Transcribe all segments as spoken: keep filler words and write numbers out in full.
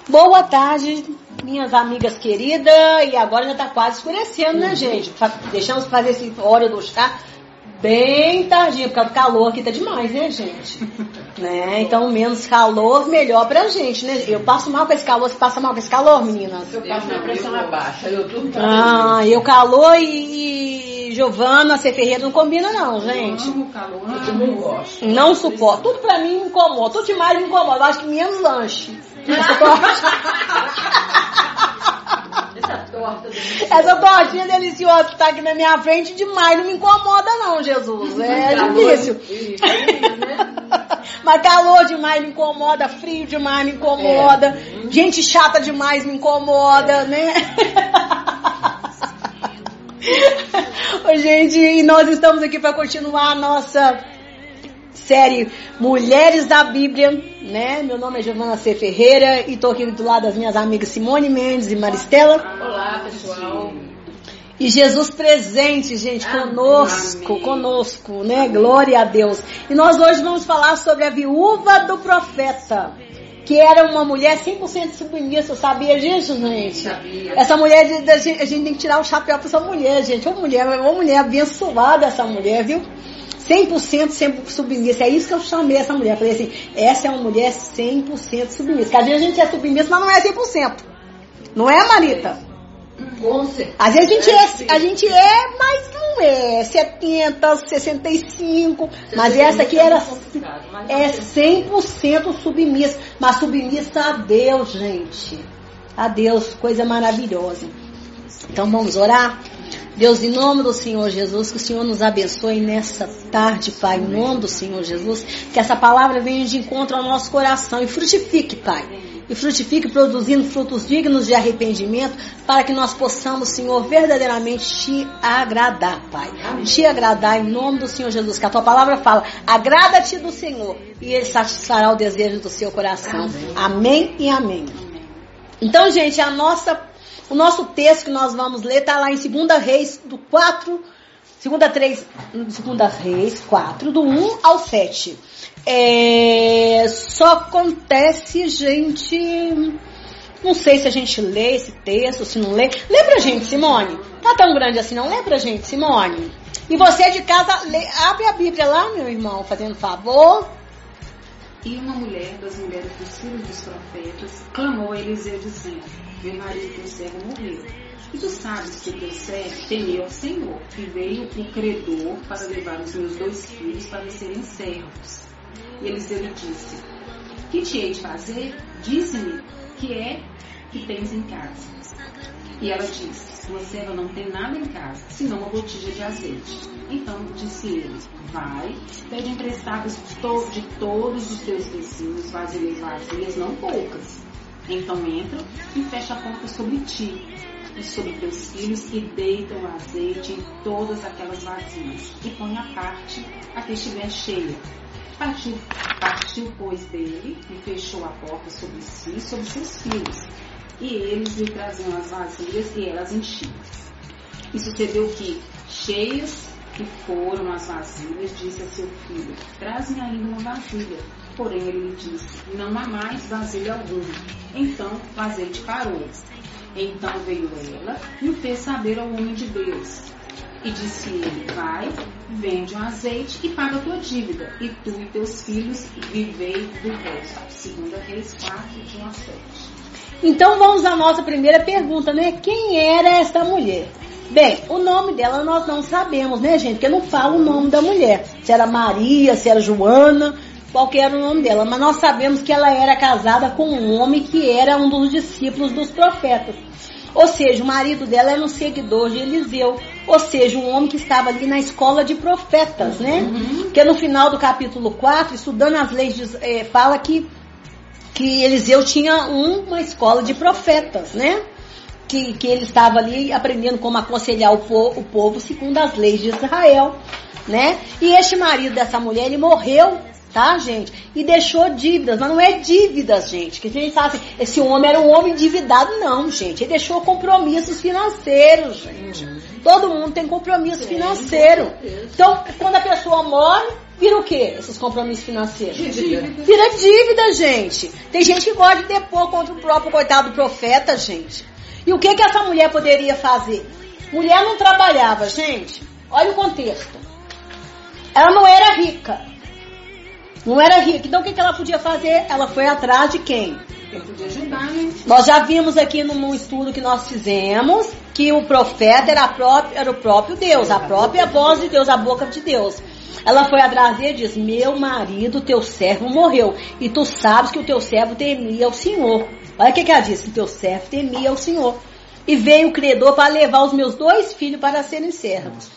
Boa tarde, minhas amigas queridas. E agora já está quase escurecendo, né, gente? Deixamos fazer esse hora do chá bem tardinho, por causa do calor aqui tá demais, né, gente? Né? Então, menos calor, melhor pra gente, né? Eu passo mal com esse calor. Você passa mal com esse calor, meninas? Eu passo minha pressão abaixa. Eu tô Ah, eu calor e, e Giovana, ser Ferreira não combina não, gente. Eu amo calor, eu também gosto. Não suporto. Tudo pra mim me incomoda. Tudo demais me incomoda. Eu acho que menos lanche. Essa torta. Essa tortinha deliciosa que tá aqui na minha frente demais não me incomoda não, Jesus. É difícil. Mas calor demais me incomoda, frio demais me incomoda, é. Gente chata demais me incomoda, né? Gente, e nós estamos aqui para continuar a nossa série Mulheres da Bíblia, né? Meu nome é Giovana C. Ferreira e tô aqui do lado das minhas amigas Simone Mendes e Maristela. Olá, pessoal. E Jesus presente, gente, conosco, Amém. conosco, né? Glória a Deus. E nós hoje vamos falar sobre a viúva do profeta, que era uma mulher cem por cento submissa. Sabia disso, gente? Sabia. Essa mulher, a gente, a gente tem que tirar o chapéu pra essa mulher, gente. Uma mulher, uma mulher abençoada, essa mulher, viu? cem por cento sempre submissa. É isso que eu chamei essa mulher. Falei assim, essa é uma mulher cem por cento submissa. Porque às vezes a gente é submissa, mas não é cem por cento. Não é, Marita? Com certeza. Às vezes a gente é, a gente é, mas não é. setenta, sessenta e cinco. Mas essa aqui era é cem por cento submissa. Mas submissa a Deus, gente. A Deus, coisa maravilhosa. Então vamos orar? Deus, em nome do Senhor Jesus, que o Senhor nos abençoe nessa tarde, Pai, em nome do Senhor Jesus, que essa palavra venha de encontro ao nosso coração e frutifique, Pai, e frutifique produzindo frutos dignos de arrependimento, para que nós possamos, Senhor, verdadeiramente te agradar, Pai, te agradar em nome do Senhor Jesus, que a tua palavra fala, agrada-te do Senhor e Ele satisfará o desejo do seu coração. Amém, amém e amém. Então, gente, a nossa... O nosso texto que nós vamos ler está lá em segunda Reis do quatro, segunda três, segunda Reis quatro, do um ao sete. É, só acontece, gente, não sei se a gente lê esse texto, se não lê. Lê pra gente, Simone. Tá tão grande assim, não? Lê pra gente, Simone. E você de casa, lê, abre a Bíblia lá, meu irmão, fazendo favor. E uma mulher das mulheres dos filhos dos profetas clamou a Eliseu dizendo, meu marido teu servo morreu. E tu sabes que teu servo temeu ao Senhor, e veio o credor para levar os meus dois filhos para serem servos. E Eliseu lhe disse, que te hei de fazer? Dize-me, que é que tens em casa? E ela disse, tua serva não tem nada em casa, senão uma botija de azeite. Então disse ele, vai, pede emprestados de todos os teus vizinhos, vasilhas vazias, não poucas. Então entra e fecha a porta sobre ti e sobre teus filhos e deita o azeite em todas aquelas vasilhas e põe à parte a que estiver cheia. Partiu, partiu pois dele e fechou a porta sobre si e sobre seus filhos. E eles lhe traziam as vasilhas e elas enchiam. E sucedeu que, cheias que foram as vasilhas, disse a seu filho, traz-me ainda uma vasilha. Porém ele lhe disse, não há mais vasilha alguma. Então o azeite parou. Então veio ela e o fez saber ao homem de Deus. E disse ele, vai, vende o azeite e paga a tua dívida. E tu e teus filhos vivei do resto. Segunda Reis quatro, de um a sete. Então vamos à nossa primeira pergunta, né? Quem era essa mulher? Bem, o nome dela nós não sabemos, né, gente? Porque não fala o nome da mulher. Se era Maria, se era Joana, qual que era o nome dela. Mas nós sabemos que ela era casada com um homem que era um dos discípulos dos profetas. Ou seja, o marido dela era um seguidor de Eliseu. Ou seja, um homem que estava ali na escola de profetas, né? Uhum. Porque no final do capítulo quatro, estudando as leis, de, é, fala que, que Eliseu tinha uma escola de profetas, né? Que, que ele estava ali aprendendo como aconselhar o povo, o povo segundo as leis de Israel, né? E este marido dessa mulher, ele morreu, tá, gente? E deixou dívidas, mas não é dívidas, gente, que a gente fala assim, esse homem era um homem endividado, não, gente. Ele deixou compromissos financeiros, gente. Todo mundo tem compromisso financeiro. Então, quando a pessoa morre, Vira o quê? Esses compromissos financeiros? Dívida. Vira dívida, gente. Tem gente que gosta de depor contra o próprio coitado do profeta, gente. E o que que essa mulher poderia fazer? Mulher não trabalhava, gente. Olha o contexto. Ela não era rica. Não era rica. Então o que que ela podia fazer? Ela foi atrás de quem? Quem podia ajudar, né? Nós já vimos aqui num, num estudo que nós fizemos que o profeta era, próprio, era o próprio Deus, a própria voz de Deus, a boca de Deus. Ela foi atrás dele e diz: meu marido, teu servo, morreu. E tu sabes que o teu servo temia o Senhor. Olha o que, que ela disse: que teu servo temia o Senhor. E veio o credor para levar os meus dois filhos para serem servos.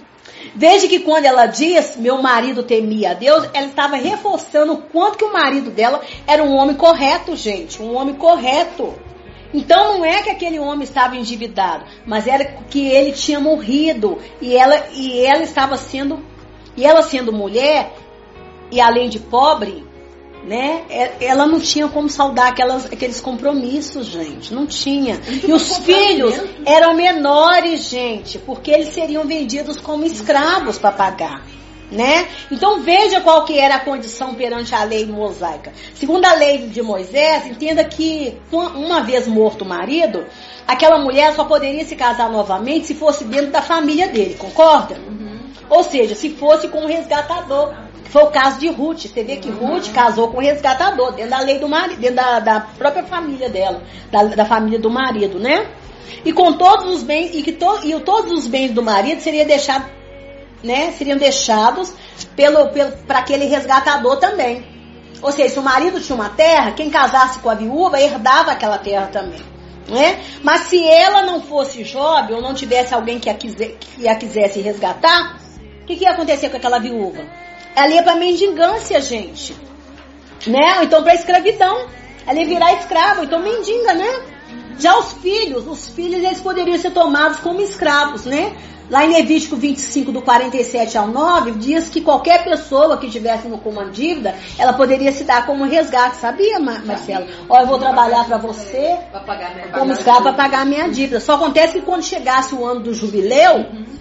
Veja que quando ela diz, meu marido temia a Deus, ela estava reforçando o quanto que o marido dela era um homem correto, gente. Um homem correto. Então não é que aquele homem estava endividado, mas era que ele tinha morrido. E ela, e ela estava sendo... E ela sendo mulher, e além de pobre, né, ela não tinha como saldar aquelas, aqueles compromissos, gente. Não tinha. E os filhos eram menores, gente, porque eles seriam vendidos como escravos para pagar, né? Então veja qual que era a condição perante a lei mosaica. Segundo a lei de Moisés, entenda que uma vez morto o marido, aquela mulher só poderia se casar novamente se fosse dentro da família dele, concorda? Uhum. Ou seja, se fosse com um resgatador. Foi o caso de Ruth. Você vê que Ruth casou com um resgatador, dentro da lei do marido, dentro da, da própria família dela, da, da família do marido, né? E com todos os bens, e que to, e todos os bens do marido seriam deixados, né? Seriam deixados pelo, pelo, para aquele resgatador também. Ou seja, se o marido tinha uma terra, quem casasse com a viúva herdava aquela terra também. Né? Mas se ela não fosse jovem ou não tivesse alguém que a, quise, que a quisesse resgatar, o que, que ia acontecer com aquela viúva? Ela ia para mendigância, gente, né? Ou então para escravidão. Ela ia virar escrava, então mendiga, né? Já os filhos, os filhos eles poderiam ser tomados como escravos, né? Lá em Levítico vinte e cinco, do quarenta e sete ao nove, diz que qualquer pessoa que tivesse com uma dívida, ela poderia se dar como resgate, sabia, Marcelo? Ó, eu vou trabalhar para você como escravo para pagar a minha dívida. Só acontece que quando chegasse o ano do jubileu,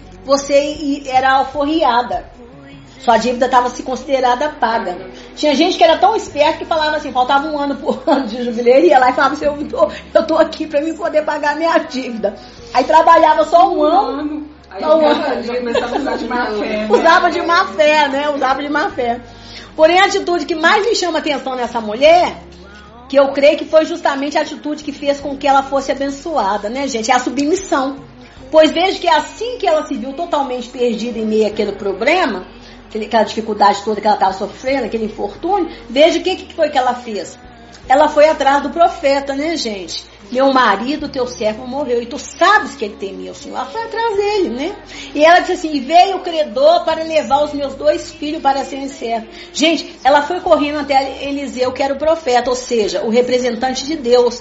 você era alforriada. Sua dívida estava se considerada paga. Tinha gente que era tão esperta que falava assim, faltava um ano por ano de jubileu, e ia lá e falava assim, eu tô, eu tô aqui para mim poder pagar a minha dívida. Aí trabalhava só um ano. Aí só um ano. Começava a usar de má fé. Usava de má fé, né? Usava de má fé. Porém, a atitude que mais me chama atenção nessa mulher, que eu creio que foi justamente a atitude que fez com que ela fosse abençoada, né, gente? É a submissão. Pois vejo que assim que ela se viu totalmente perdida em meio àquele problema, aquela dificuldade toda que ela estava sofrendo, aquele infortúnio, veja o que, que foi que ela fez. Ela foi atrás do profeta, né, gente? Meu marido, teu servo, morreu. E tu sabes que ele temia o Senhor. Ela foi atrás dele, né? E ela disse assim, e veio o credor para levar os meus dois filhos para serem servos. Gente, ela foi correndo até Eliseu, que era o profeta, ou seja, o representante de Deus.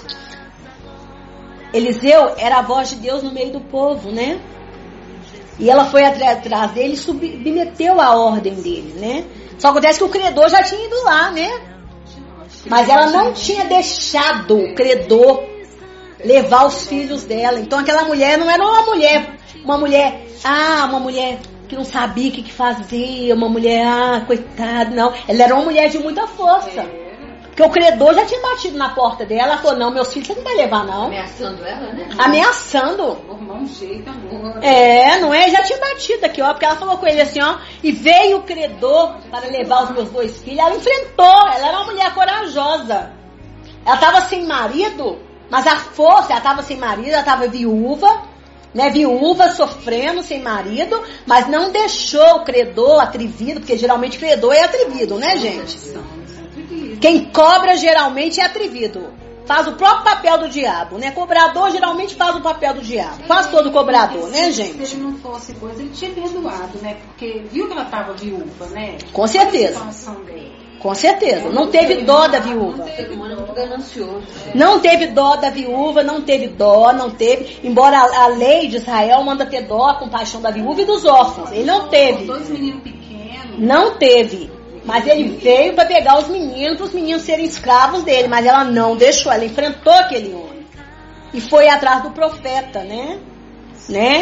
Eliseu era a voz de Deus no meio do povo, né? E ela foi atrás dele e submeteu a ordem dele, né? Só acontece que o credor já tinha ido lá, né? Mas ela não tinha deixado o credor levar os filhos dela. Então aquela mulher não era uma mulher, uma mulher, ah, uma mulher que não sabia o que fazer, uma mulher, ah, coitada, não. Ela era uma mulher de muita força. Porque o credor já tinha batido na porta dela. Ela falou, não, meus filhos você não vai levar, não. Ameaçando ela, né? Ameaçando. Formar um jeito, amor. É, não é? Já tinha batido aqui, ó. Porque ela falou com ele assim, ó. E veio o credor para levar os meus dois filhos. Ela enfrentou. Ela era uma mulher corajosa. Ela estava sem marido, mas a força, ela estava sem marido, ela estava viúva. Né, viúva, sofrendo, sem marido, mas não deixou o credor atrevido, porque geralmente credor é atrevido, né, gente? Quem cobra geralmente é atrevido. Faz o próprio papel do diabo, né? Cobrador geralmente faz o papel do diabo. Faz todo cobrador, né, gente? Se ele não fosse coisa, ele tinha perdoado, né? Porque viu que ela estava viúva, né? Com certeza. Com certeza. Não teve dó da viúva. Não teve dó da viúva, não teve dó, não teve. Embora a lei de Israel manda ter dó, a compaixão da viúva e dos órfãos. Ele não teve. Dois meninos pequenos. Não teve. Mas ele veio para pegar os meninos, para os meninos serem escravos dele. Mas ela não deixou, ela enfrentou aquele homem. E foi atrás do profeta, né? né?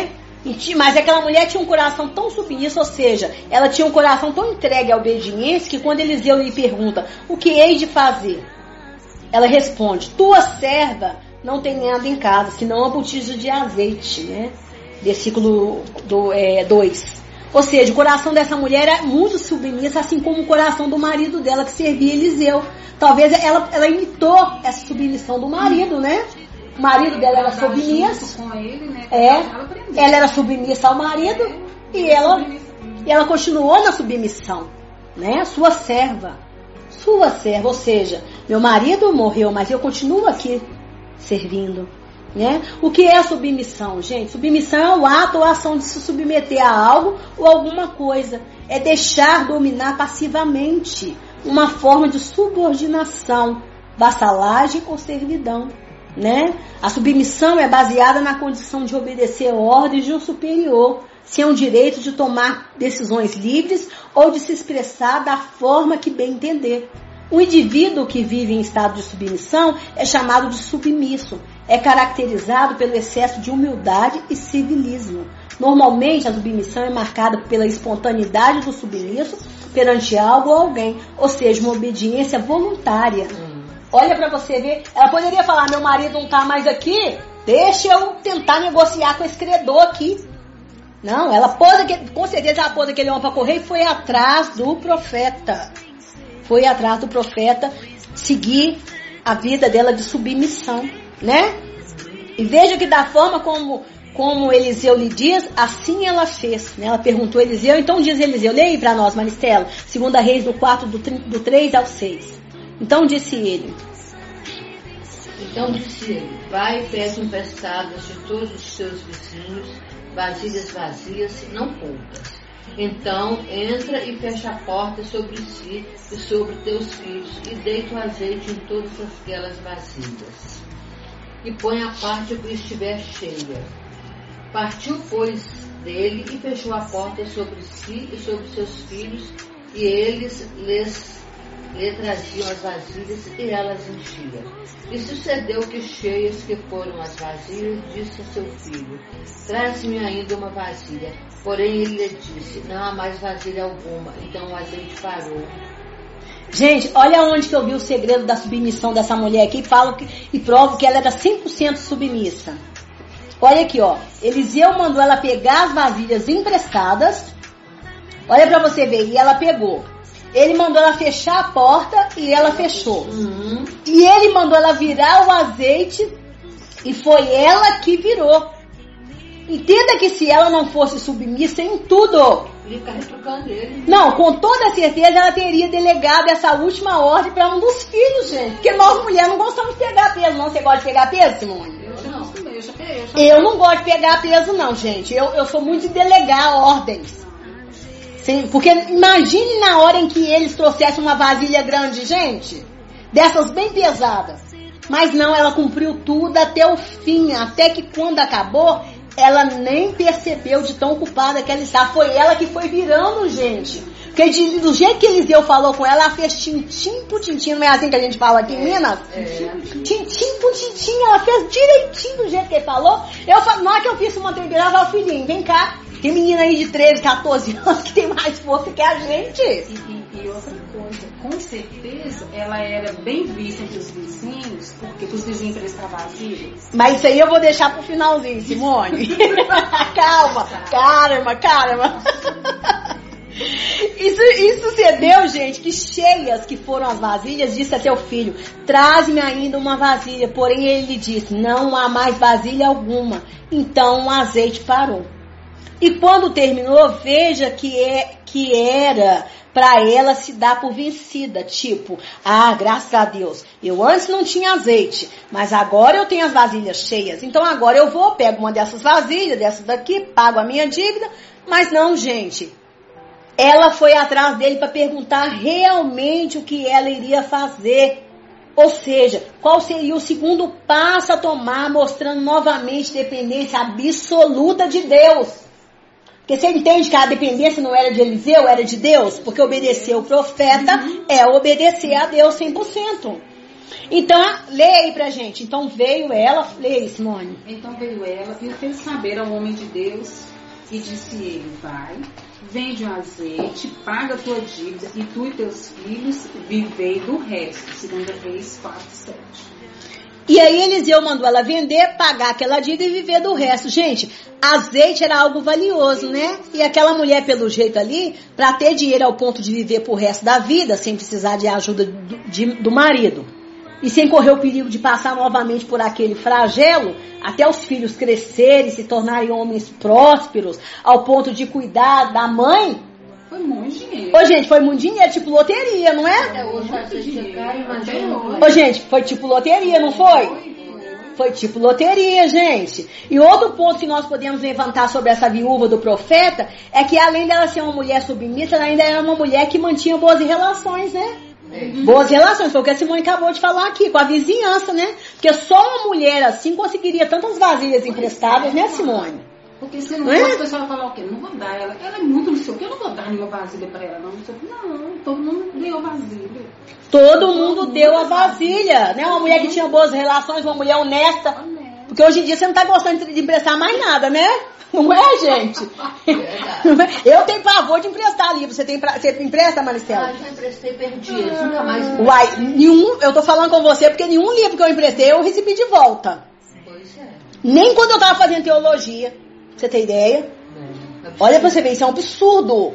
Mas aquela mulher tinha um coração tão submisso, ou seja, ela tinha um coração tão entregue à obediência, que quando Eliseu lhe pergunta, o que hei de fazer? Ela responde, tua serva não tem nada em casa, senão uma botija de azeite, né? Versículo dois. É, ou seja, o coração dessa mulher é muito submisso, assim como o coração do marido dela, que servia Eliseu. Talvez ela, ela imitou essa submissão do marido, né? O marido dela era submisso. Com ele, né? É, ela era submissa ao marido e ela, e ela continuou na submissão, né? Sua serva, sua serva, ou seja, meu marido morreu, mas eu continuo aqui servindo, né? O que é a submissão, gente? Submissão é o ato ou a ação de se submeter a algo ou alguma coisa. É deixar dominar passivamente, uma forma de subordinação, vassalagem ou servidão. Né? A submissão é baseada na condição de obedecer ordens de um superior, sem o direito de tomar decisões livres ou de se expressar da forma que bem entender. O indivíduo que vive em estado de submissão é chamado de submisso, é caracterizado pelo excesso de humildade e civilismo. Normalmente a submissão é marcada pela espontaneidade do submisso perante algo ou alguém, ou seja, uma obediência voluntária. Olha pra você ver, ela poderia falar, meu marido não tá mais aqui, deixa eu tentar negociar com esse credor aqui. Não, ela pôs, com certeza ela pôs aquele homem pra correr e foi atrás do profeta. Foi atrás do profeta seguir a vida dela de submissão, né? E veja que da forma como, como Eliseu lhe diz, assim ela fez. Né? Ela perguntou a Eliseu, então diz Eliseu, leia aí pra nós, Maristela, segunda Reis do quatro, do, do três ao seis. Então disse ele. Então disse ele, vai e pede emprestadas de todos os teus vizinhos, vasilhas vazias, não poucas. Então entra e fecha a porta sobre si e sobre teus filhos, e deita o azeite em todas aquelas vasilhas. E põe a parte que estiver cheia. Partiu, pois, dele e fechou a porta sobre si e sobre seus filhos, e eles lhes lhe traziam as vasilhas e elas enchiam. E sucedeu que, cheias que foram as vasilhas, disse a seu filho, traz-me ainda uma vasilha. Porém ele lhe disse, não há mais vasilha alguma. Então o azeite parou. Gente, olha onde que eu vi o segredo da submissão dessa mulher aqui, e falo que, e provo que ela era cem por cento submissa. Olha aqui, ó, Eliseu mandou ela pegar as vasilhas emprestadas, olha pra você ver, e ela pegou. Ele mandou ela fechar a porta e ela fechou. Uhum. E ele mandou ela virar o azeite e foi ela que virou. Entenda que se ela não fosse submissa em tudo, ele fica retrucando ele. Não, com toda certeza ela teria delegado essa última ordem para um dos filhos, gente. Porque nós mulheres não gostamos de pegar peso, não. Você gosta de pegar peso, Simone? Eu não. Eu não gosto de pegar peso, não, gente. Eu, eu sou muito de delegar ordens. Sim, porque imagine na hora em que eles trouxessem uma vasilha grande, gente, dessas bem pesadas. Mas não, ela cumpriu tudo até o fim, até que quando acabou, ela nem percebeu de tão ocupada que ela estava. Foi ela que foi virando, gente. Porque de, do jeito que Eliseu falou com ela, ela fez tintim por tintim, não é assim que a gente fala aqui em Minas? É. Tintim por tintim, ela fez direitinho do jeito que ele falou. Eu, na hora que eu fiz uma temperada, eu falei, filhinho, vem cá. Tem menina aí de treze, catorze anos que tem mais força que a gente. E, e, e outra coisa, com certeza ela era bem vista entre os vizinhos, porque os vizinhos prestavam vasilha. Mas isso aí eu vou deixar pro finalzinho, Simone. calma, calma, calma. Isso, isso sucedeu, gente, que cheias que foram as vasilhas, disse a teu filho, traze-me ainda uma vasilha. Porém ele lhe disse, não há mais vasilha alguma. Então o azeite parou. E quando terminou, veja que, é, que era para ela se dar por vencida. Tipo, ah, graças a Deus, eu antes não tinha azeite, mas agora eu tenho as vasilhas cheias. Então agora eu vou, pego uma dessas vasilhas, dessas daqui, pago a minha dívida. Mas não, gente. Ela foi atrás dele para perguntar realmente o que ela iria fazer. Ou seja, qual seria o segundo passo a tomar, mostrando novamente dependência absoluta de Deus. Porque você entende que a dependência não era de Eliseu, era de Deus? Porque obedecer o profeta uhum. é obedecer a Deus cem por cento. Então, leia aí pra gente. Então veio ela, leia, Simone. Então veio ela e fez saber ao homem de Deus E disse ele, vai, vende o azeite, paga a tua dívida, e tu e teus filhos vivei do resto. Segunda Reis quatro, sete. E aí Eliseu mandou ela vender, pagar aquela dívida e viver do resto. Gente, azeite era algo valioso, né? E aquela mulher, pelo jeito ali, para ter dinheiro ao ponto de viver pro resto da vida, sem precisar de ajuda do, de, do marido, e sem correr o perigo de passar novamente por aquele flagelo, até os filhos crescerem, se tornarem homens prósperos, ao ponto de cuidar da mãe. Foi muito dinheiro. Ô, gente, foi muito dinheiro, tipo loteria, não é? Até hoje vai ser dinheiro, imagina. Ô, gente, foi tipo loteria, não foi? Foi tipo loteria, gente. E outro ponto que nós podemos levantar sobre essa viúva do profeta é que, além dela ser uma mulher submissa, ela ainda era uma mulher que mantinha boas relações, né? Uhum. Boas relações, foi o que a Simone acabou de falar aqui, com a vizinhança, né? Porque só uma mulher assim conseguiria tantas vasilhas emprestadas, né, Simone? Porque se não fosse, a pessoa vai falar o quê? Não vou dar ela. Ela é muito não sei o quê, eu não vou dar nenhuma vasilha pra ela, não. Não, todo mundo deu vasilha. Todo mundo deu a vasilha, né? Uma mulher que tinha boas relações, uma mulher honesta. Porque hoje em dia você não tá gostando de emprestar mais nada, né? Não é, gente? Eu tenho pavor de emprestar livro. Você, tem pra... você empresta, Maricela? Ah, já emprestei, perdi. Ah, nunca mais. Uai, nenhum, eu tô falando com você porque nenhum livro que eu emprestei eu recebi de volta. Pois é. Nem quando eu tava fazendo teologia. Você tem ideia? É. Olha pra você ver, isso é um absurdo.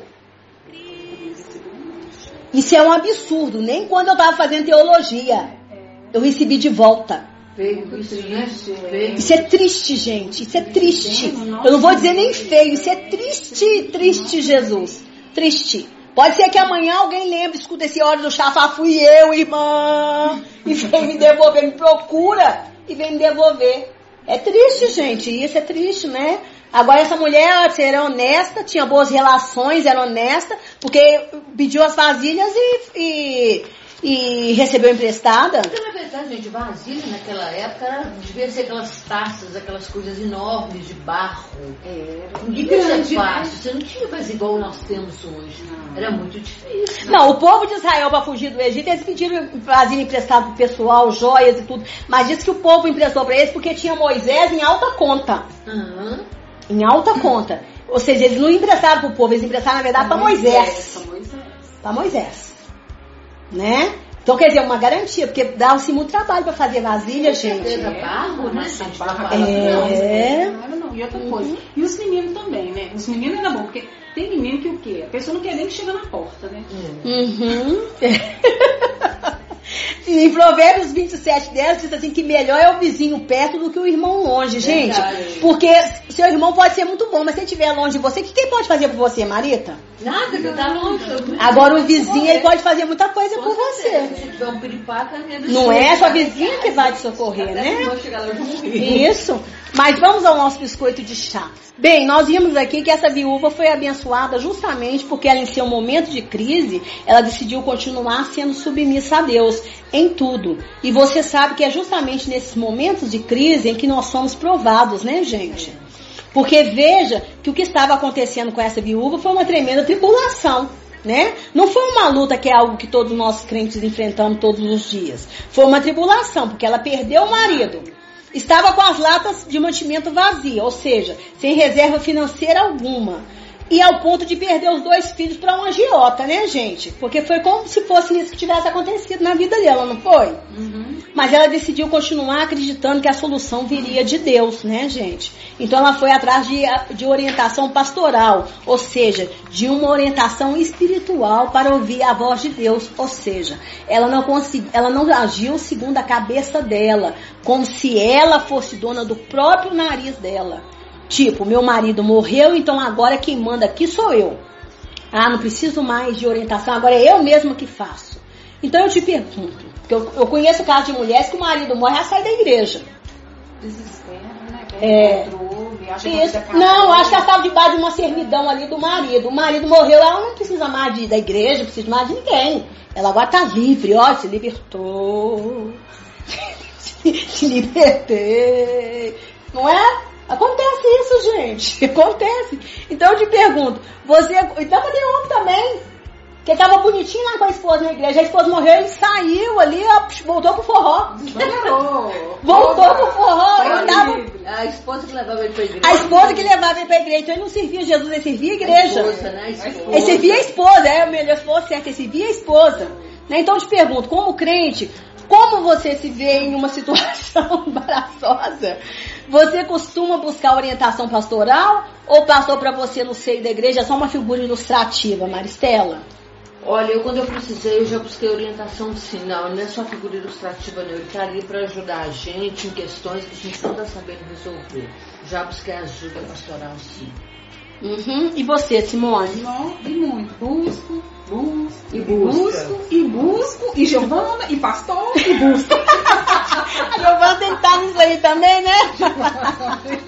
Isso é um absurdo. Nem quando eu tava fazendo teologia eu recebi de volta. Isso é triste, gente. Isso é triste. Eu não vou dizer nem feio. Isso é triste, triste, Jesus. Triste. Pode ser que amanhã alguém lembre, escuta esse óleo do chafá, fui eu, irmã. E vem me devolver, me procura e vem me devolver. É triste, gente. Isso é triste, né? Agora essa mulher era honesta, tinha boas relações, era honesta, porque pediu as vasilhas e... e E recebeu emprestada? Porque, na verdade, gente, vasilha naquela época era, devia ser aquelas taças, aquelas coisas enormes de barro. Era. Ninguém tinha fácil. Você não tinha mais igual nós temos hoje. Não. Era muito difícil. Não, o povo de Israel, para fugir do Egito, eles pediram vasilha emprestada pro pessoal, joias e tudo. Mas disse que o povo emprestou para eles porque tinha Moisés em alta conta. Uhum. Em alta conta. Ou seja, eles não emprestaram pro povo, eles emprestaram, na verdade, para Moisés. Para Moisés. Para Moisés. Né? Então, quer dizer, uma garantia, porque dava-se muito trabalho para fazer vasilha, gente. Era barro, né? Barro, é. Não, não, não. E outra coisa. E os meninos também, né? Os meninos era bom, porque tem menino que o quê? A pessoa não quer nem que chega na porta, né? Uhum. Em Provérbios vinte e sete, dez diz assim que melhor é o vizinho perto do que o irmão longe, gente. Verdade. Porque seu irmão pode ser muito bom, mas se ele estiver longe de você, o que quem pode fazer por você, Marita? Nada, que tá longe. Agora o vizinho, ele pode fazer muita coisa por você. Se tiver um piripaca, não é sua vizinha que vai te socorrer, né? Isso. Mas vamos ao nosso biscoito de chá. Bem, nós vimos aqui que essa viúva foi abençoada justamente porque ela, em seu momento de crise, ela decidiu continuar sendo submissa a Deus em tudo. E você sabe que é justamente nesses momentos de crise em que nós somos provados, né, gente? Porque veja que o que estava acontecendo com essa viúva foi uma tremenda tribulação, né? Não foi uma luta que é algo que todos nós crentes enfrentamos todos os dias. Foi uma tribulação, porque ela perdeu o marido. Estava com as latas de mantimento vazias, ou seja, sem reserva financeira alguma. E ao ponto de perder os dois filhos para uma agiota, né, gente? Porque foi como se fosse isso que tivesse acontecido na vida dela, não foi? Uhum. Mas ela decidiu continuar acreditando que a solução viria de Deus, né, gente? Então ela foi atrás de, de orientação pastoral, ou seja, de uma orientação espiritual para ouvir a voz de Deus. Ou seja, ela não, consegui, ela não agiu segundo a cabeça dela, como se ela fosse dona do próprio nariz dela. Tipo, meu marido morreu, então agora quem manda aqui sou eu. Ah, não preciso mais de orientação, agora é eu mesma que faço. Então eu te pergunto, porque eu, eu conheço casos de mulheres que o marido morre e sai da igreja. Desespero, né? É. Isso. Não, acho que ela estava debaixo de uma servidão ali do marido. O marido morreu, ela não precisa mais de, da igreja, não precisa mais de ninguém. Ela agora está livre, ó, se libertou. Se libertei. Não é? Acontece isso, gente. Acontece. Então eu te pergunto, você... Então tem homem também, que tava bonitinho lá com a esposa na igreja. A esposa morreu, ele saiu ali, ó, voltou pro forró. Melhorou. Voltou pro forró. Ele tava, A esposa que levava ele pra igreja. A esposa que levava ele pra igreja. Então ele não servia Jesus, ele servia a igreja. A esposa, né? A esposa. Ele servia a esposa, é o melhor, se for certo, ele servia a esposa. Né? Então eu te pergunto, como crente, como você se vê em uma situação embaraçosa? Você costuma buscar orientação pastoral ou pastor para você no seio da igreja é só uma figura ilustrativa, Maristela? Olha, eu quando eu precisei, eu já busquei orientação sim. Não, não é só figura ilustrativa, não. Ele está ali para ajudar a gente em questões que a gente não está sabendo resolver. Já busquei ajuda pastoral sim. Uhum. E você, Simone? Não, e muito. Busco, busco, E e busca. busco, e busco, e Giovana, e pastor, e busco. A Giovana tem que estar nisso aí também, né?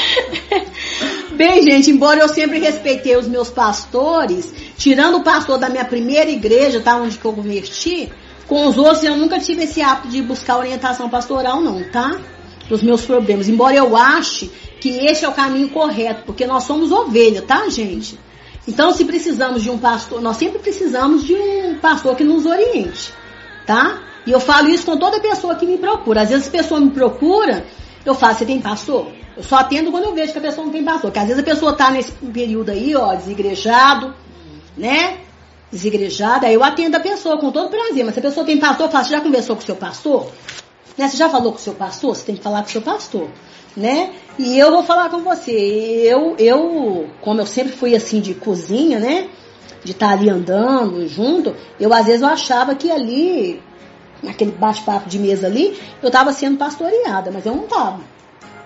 Bem, gente, embora eu sempre respeitei os meus pastores, tirando o pastor da minha primeira igreja, tá, onde que eu converti, com os outros eu nunca tive esse hábito de buscar orientação pastoral não, tá? Dos meus problemas, embora eu ache que esse é o caminho correto, porque nós somos ovelha, tá, gente? Então, se precisamos de um pastor, nós sempre precisamos de um pastor que nos oriente, tá? E eu falo isso com toda pessoa que me procura. Às vezes a pessoa me procura, eu falo, você tem pastor? Eu só atendo quando eu vejo que a pessoa não tem pastor. Porque às vezes a pessoa tá nesse período aí, ó, desigrejado, né? Desigrejada, aí eu atendo a pessoa com todo prazer. Mas se a pessoa tem pastor, eu falo, você já conversou com o seu pastor? Né? Você já falou com o seu pastor? Você tem que falar com o seu pastor, né? E eu vou falar com você. Eu, eu, como eu sempre fui assim de cozinha, né? De estar ali andando junto, eu às vezes eu achava que ali, naquele bate-papo de mesa ali, eu estava sendo pastoreada, mas eu não estava.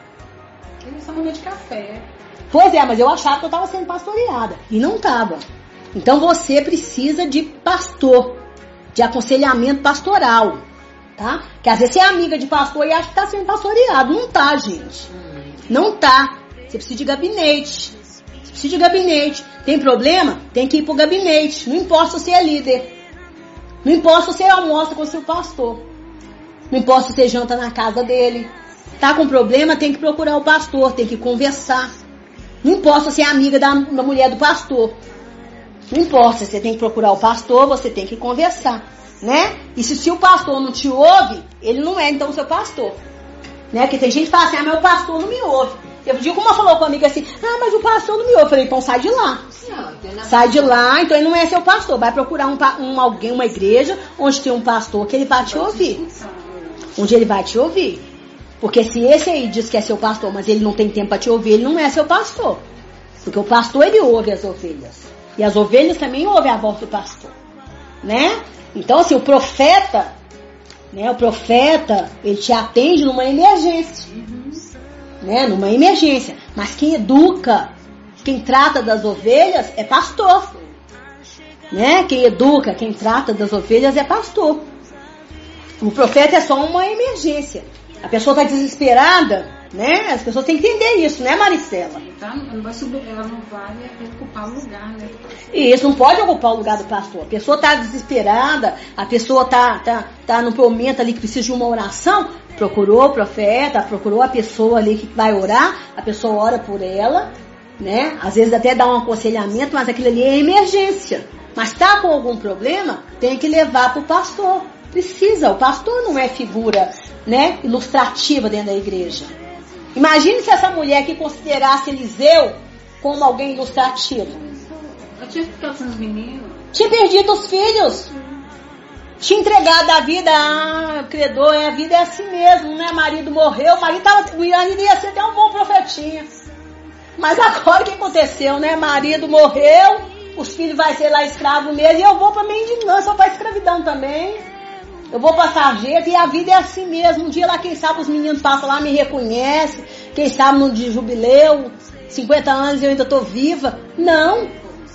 Essa mulher de café. Pois é, mas eu achava que eu estava sendo pastoreada. E não estava. Então você precisa de pastor, de aconselhamento pastoral, tá? Que às vezes você é amiga de pastor e acha que está sendo pastoreado. Não tá, gente. Não tá. Você precisa de gabinete. Você precisa de gabinete. Tem problema? Tem que ir pro gabinete. Não importa se você é líder. Não importa se você almoça com o seu pastor. Não importa se você janta na casa dele. Tá com problema, tem que procurar o pastor, tem que conversar. Não importa se você é amiga da, da mulher do pastor. Não importa, você tem que procurar o pastor, você tem que conversar, né? E se, se o pastor não te ouve, ele não é então o seu pastor. Né? Porque tem gente que fala assim, ah, meu pastor não me ouve. Eu dia como ela falou comigo assim, ah, mas o pastor não me ouve. Eu falei, então sai de lá. Não, sai de lá, então ele não é seu pastor. Vai procurar um, um, alguém, uma igreja, onde tem um pastor que ele vai te ouvir. Onde ele vai te ouvir. Porque se esse aí diz que é seu pastor, mas ele não tem tempo para te ouvir, ele não é seu pastor. Porque o pastor, ele ouve as ovelhas. E as ovelhas também ouvem a voz do pastor. Né? Então, assim, o profeta, né, o profeta, ele te atende numa emergência. Né? Numa emergência. Mas quem educa, quem trata das ovelhas é pastor. Né? Quem educa, quem trata das ovelhas é pastor. O profeta é só uma emergência. A pessoa está desesperada, né? As pessoas têm que entender isso, né, Maristela? Tá, não vai subir, ela não vai ocupar o lugar, né? E isso não pode ocupar o lugar do pastor. A pessoa está desesperada, a pessoa está tá, tá no momento ali que precisa de uma oração, procurou o profeta, procurou a pessoa ali que vai orar, a pessoa ora por ela, né? Às vezes até dá um aconselhamento, mas aquilo ali é emergência. Mas está com algum problema, tem que levar para o pastor. Precisa, o pastor não é figura, né, ilustrativa dentro da igreja. Imagine se essa mulher que considerasse Eliseu como alguém ilustrativo. Eu tinha ficado com os meninos. Tinha perdido os filhos. Tinha entregado a vida. Ah, credor, a vida é assim mesmo, né? Marido morreu, o marido, tava, o marido ia ser até um bom profetinha. Mas agora o que aconteceu, né? Marido morreu, os filhos vão ser lá escravos mesmo, e eu vou para minha indignação, para a escravidão também. Eu vou pra sarjeta e a vida é assim mesmo. Um dia lá, quem sabe, os meninos passam lá, me reconhecem. Quem sabe no de jubileu, cinquenta anos eu ainda tô viva. Não.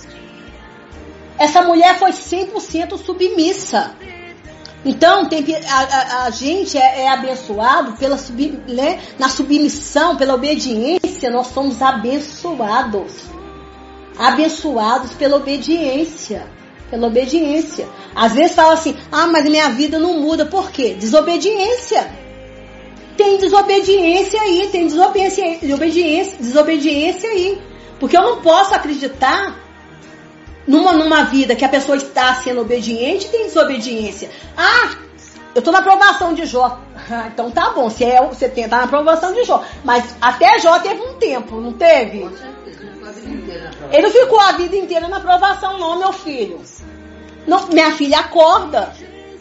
Essa mulher foi cem por cento submissa. Então, tem, a, a, a gente é, é abençoado pela sub, né, na submissão, pela obediência. Nós somos abençoados. Abençoados pela obediência. Pela obediência. Às vezes fala assim, ah, mas minha vida não muda. Por quê? Desobediência. Tem desobediência aí, tem desobediência, desobediência, desobediência aí. Porque eu não posso acreditar numa, numa vida que a pessoa está sendo obediente e tem desobediência. Ah, eu estou na aprovação de Jó. Então tá bom, se é, você tá na aprovação de Jó. Mas até Jó teve um tempo, não teve? Com certeza, não foi a vida inteira na aprovação. Ele não ficou a vida inteira na aprovação, não, meu filho. Não, minha filha, acorda.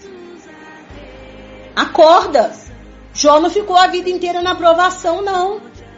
Acorda. Jó não ficou a vida inteira na aprovação, não.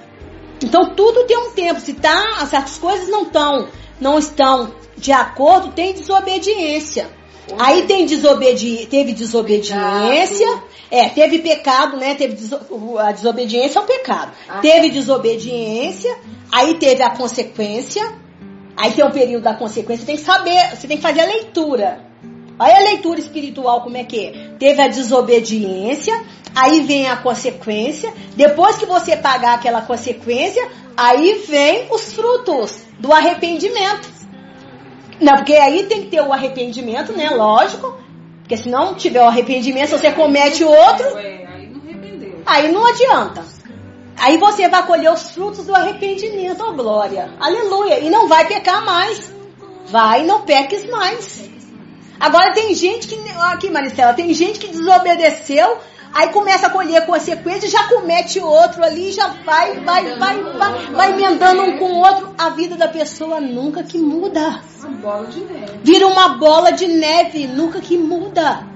Então tudo tem um tempo. Se, tá, se as coisas não, tão, não estão de acordo, tem desobediência. Aí tem desobedi- teve desobediência, pecado. é, teve pecado, né? Teve deso- a desobediência é o pecado. Ah, teve desobediência, aí teve a consequência, aí tem o período da consequência, você tem que saber, você tem que fazer a leitura. Olha a leitura espiritual como é que é. Teve a desobediência, aí vem a consequência, depois que você pagar aquela consequência, aí vem os frutos do arrependimento. Não, porque aí tem que ter o arrependimento, né? Lógico. Porque se não tiver o arrependimento, se você comete outro, aí não arrependeu. Aí não adianta. Aí você vai colher os frutos do arrependimento, ó glória. Aleluia. E não vai pecar mais. Vai, não peques mais. Agora tem gente que, aqui Maricela, tem gente que desobedeceu, aí começa a colher consequências, já comete outro ali, já vai, vai, vai, vai, vai emendando um com o outro. A vida da pessoa nunca que muda. Uma bola de neve. Vira uma bola de neve, nunca que muda.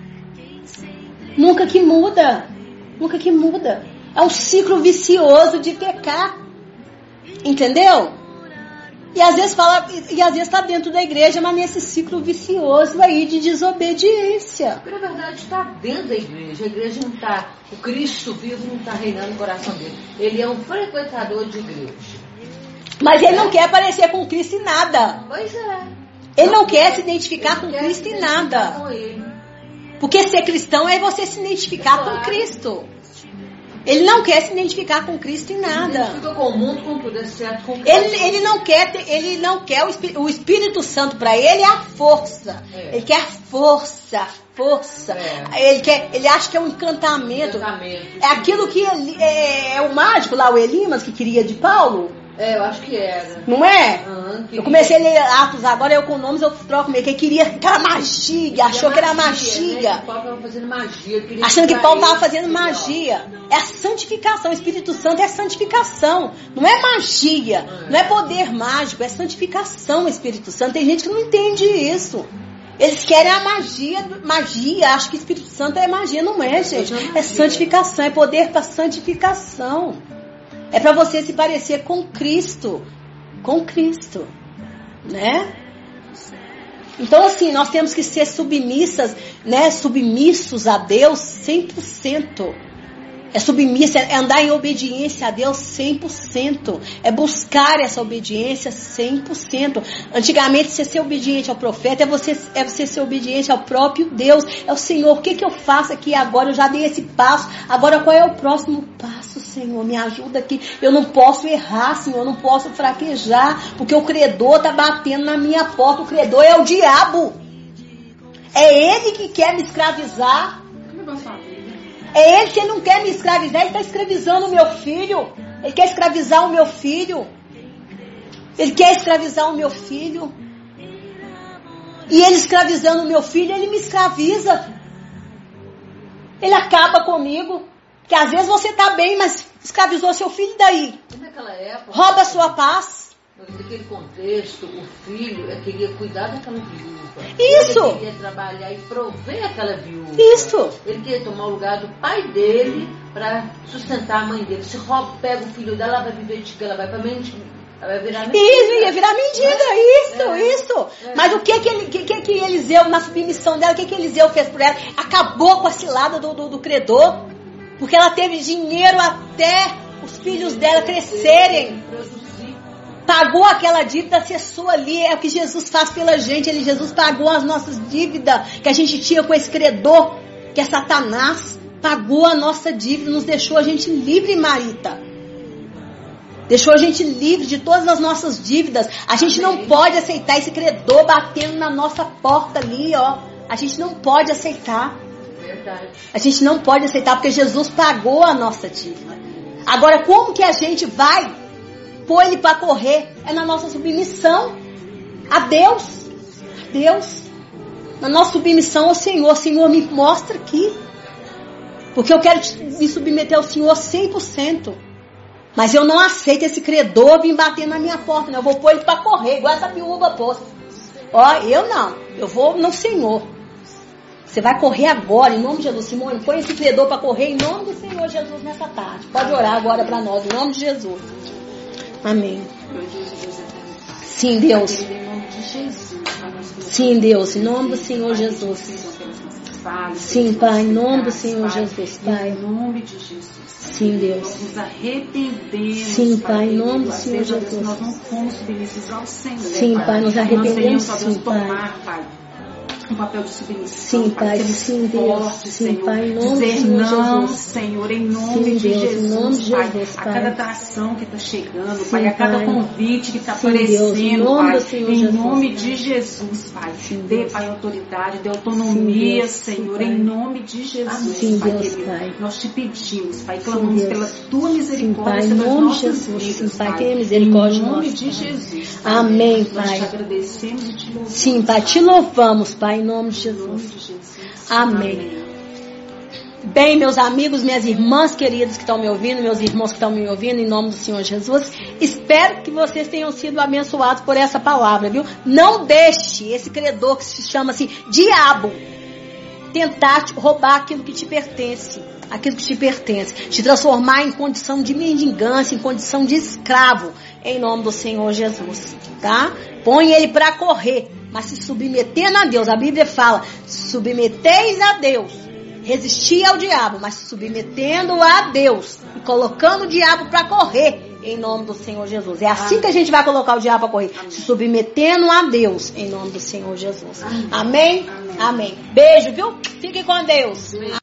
Nunca que muda. Nunca que muda. É um ciclo vicioso de pecar. Entendeu? E às vezes fala, e às vezes está dentro da igreja, mas nesse ciclo vicioso aí de desobediência. Porque na verdade está dentro da igreja. A igreja não está, o Cristo vivo não está reinando no coração dele. Ele é um frequentador de igreja. Mas ele não quer aparecer com Cristo em nada. Pois é. Ele não quer se identificar com Cristo em nada. Com ele. Porque ser cristão é você se identificar Claro. com Cristo. Ele não quer se identificar com Cristo em nada. Ele fica com o mundo, com tudo, é certo. Com Ele, ele não quer, ter, ele não quer o, Espí- o Espírito Santo para ele é a força. É. Ele quer força, força. É. Ele quer, ele acha que é um encantamento. Encantamento. É aquilo que ele, é, é o mágico lá, o Elimas, que queria de Paulo. É, eu acho que era. Não é? Aham, que Eu comecei a ler Atos agora, eu com nomes eu troco meio, que ele queria aquela magia, achou que era magia. Né? Que Paulo estava fazendo magia. Queria Achando que Paulo estava fazendo ele, magia. É a santificação. O Espírito Santo é santificação. Não é magia. Não é poder mágico. É santificação o Espírito Santo. Tem gente que não entende isso. Eles querem a magia. Magia. Acho que o Espírito Santo é magia. Não é, gente. É santificação. É poder para santificação. É para você se parecer com Cristo. Com Cristo. Né? Então, assim, nós temos que ser submissas, né? Submissos a Deus cem por cento. É submissa, é andar em obediência a Deus cem por cento. É buscar essa obediência cem por cento. Antigamente, você ser obediente ao profeta é você, é você ser obediente ao próprio Deus. É o Senhor, o que, que eu faço aqui agora? Eu já dei esse passo. Agora, qual é o próximo passo, Senhor? Me ajuda aqui. Eu não posso errar, Senhor. Eu não posso fraquejar. Porque o credor está batendo na minha porta. O credor é o diabo. É ele que quer me escravizar. É ele que não quer me escravizar, ele está escravizando o meu filho. Ele quer escravizar o meu filho. Ele quer escravizar o meu filho. E ele escravizando o meu filho, ele me escraviza. Ele acaba comigo. Que às vezes você está bem, mas escravizou seu filho, e daí? Naquela época, rouba a sua paz. Naquele contexto, o filho queria cuidar daquela viúva. Isso. Ele queria trabalhar e prover aquela viúva. Isso. Ele queria tomar o lugar do pai dele para sustentar a mãe dele. Se rouba, pega o filho dela, ela vai viver de que ela vai para mendiga. Ela vai virar mendiga. Isso, ia virar mendiga, isso, é. isso. É. Mas o que que, ele, que, que que Eliseu, na submissão dela, o que que Eliseu fez por ela? Acabou com a cilada do, do, do credor. Porque ela teve dinheiro até os filhos dela crescerem. Pagou aquela dívida, acessou ali. É o que Jesus faz pela gente. Ele, Jesus pagou as nossas dívidas que a gente tinha com esse credor, que é Satanás. Pagou a nossa dívida, nos deixou a gente livre, Marita. Deixou a gente livre de todas as nossas dívidas. A gente não pode aceitar esse credor batendo na nossa porta ali, ó. A gente não pode aceitar. Verdade. A gente não pode aceitar porque Jesus pagou a nossa dívida. Agora, como que a gente vai pôr ele para correr? É na nossa submissão a Deus. A Deus. Na nossa submissão ao Senhor. Senhor, me mostra aqui. Porque eu quero me submeter ao Senhor cem por cento. Mas eu não aceito esse credor vir bater na minha porta. Não. Eu vou pôr ele para correr, igual essa viúva pôs. Ó, eu não. Eu vou no Senhor. Você vai correr agora, em nome de Jesus. Simone, põe esse credor para correr em nome do Senhor Jesus nessa tarde. Pode orar agora para nós, em nome de Jesus. Amém. Sim, Deus. Sim, Deus, em nome do Senhor Jesus. Sim, Pai, em nome do Senhor Jesus, Pai. Em nome de Jesus. Sim, Deus. Nós nos arrependemos. Sim, Pai, em nome do Senhor Jesus. Nós não fomos submissos ao Senhor. Sim, Pai, nos arrependemos. Sim, Pai. Pai. Um papel de submissão. Sim, Pai, sim, Deus. Forte, sim, Senhor. Pai, em nome Dizer do Senhor não, Jesus. Senhor, em nome sim, de Deus, Jesus, em nome de Pai. Jesus, Pai. A cada atração que está chegando, sim, Pai, a cada Pai. convite que está sim, aparecendo, Deus, em nome Pai, do Senhor em Jesus, nome Pai. de Jesus, Pai. Sim, Dê, Deus. Pai, autoridade, dê autonomia, Sim, Senhor, sim, em nome de Jesus, sim, Pai, Deus, querido. Pai. Nós te pedimos, Pai, Sim, clamamos Deus. pela tua Sim, misericórdia Pai, em sobre as nome de nossas Jesus. vidas, Sim, Pai, Pai. tenha misericórdia Em de nome nós, de Pai. Jesus, Pai. Amém, Nós Pai. te agradecemos e te louvamos. Sim, Pai, te louvamos, Pai, em nome de Em nome Jesus. de Jesus. Amém. Bem, meus amigos, minhas irmãs queridas que estão me ouvindo, meus irmãos que estão me ouvindo, em nome do Senhor Jesus, espero que vocês tenham sido abençoados por essa palavra, viu? Não deixe esse credor que se chama assim, diabo, tentar te roubar aquilo que te pertence, aquilo que te pertence, te transformar em condição de mendigância, em condição de escravo, em nome do Senhor Jesus, tá? Põe ele para correr, mas se submetendo a Deus, a Bíblia fala, submeteis a Deus. Resistir ao diabo, mas se submetendo a Deus e colocando o diabo para correr em nome do Senhor Jesus. É assim que a gente vai colocar o diabo para correr, se submetendo a Deus em nome do Senhor Jesus. Amém? Amém. Amém. Beijo, viu? Fique com Deus.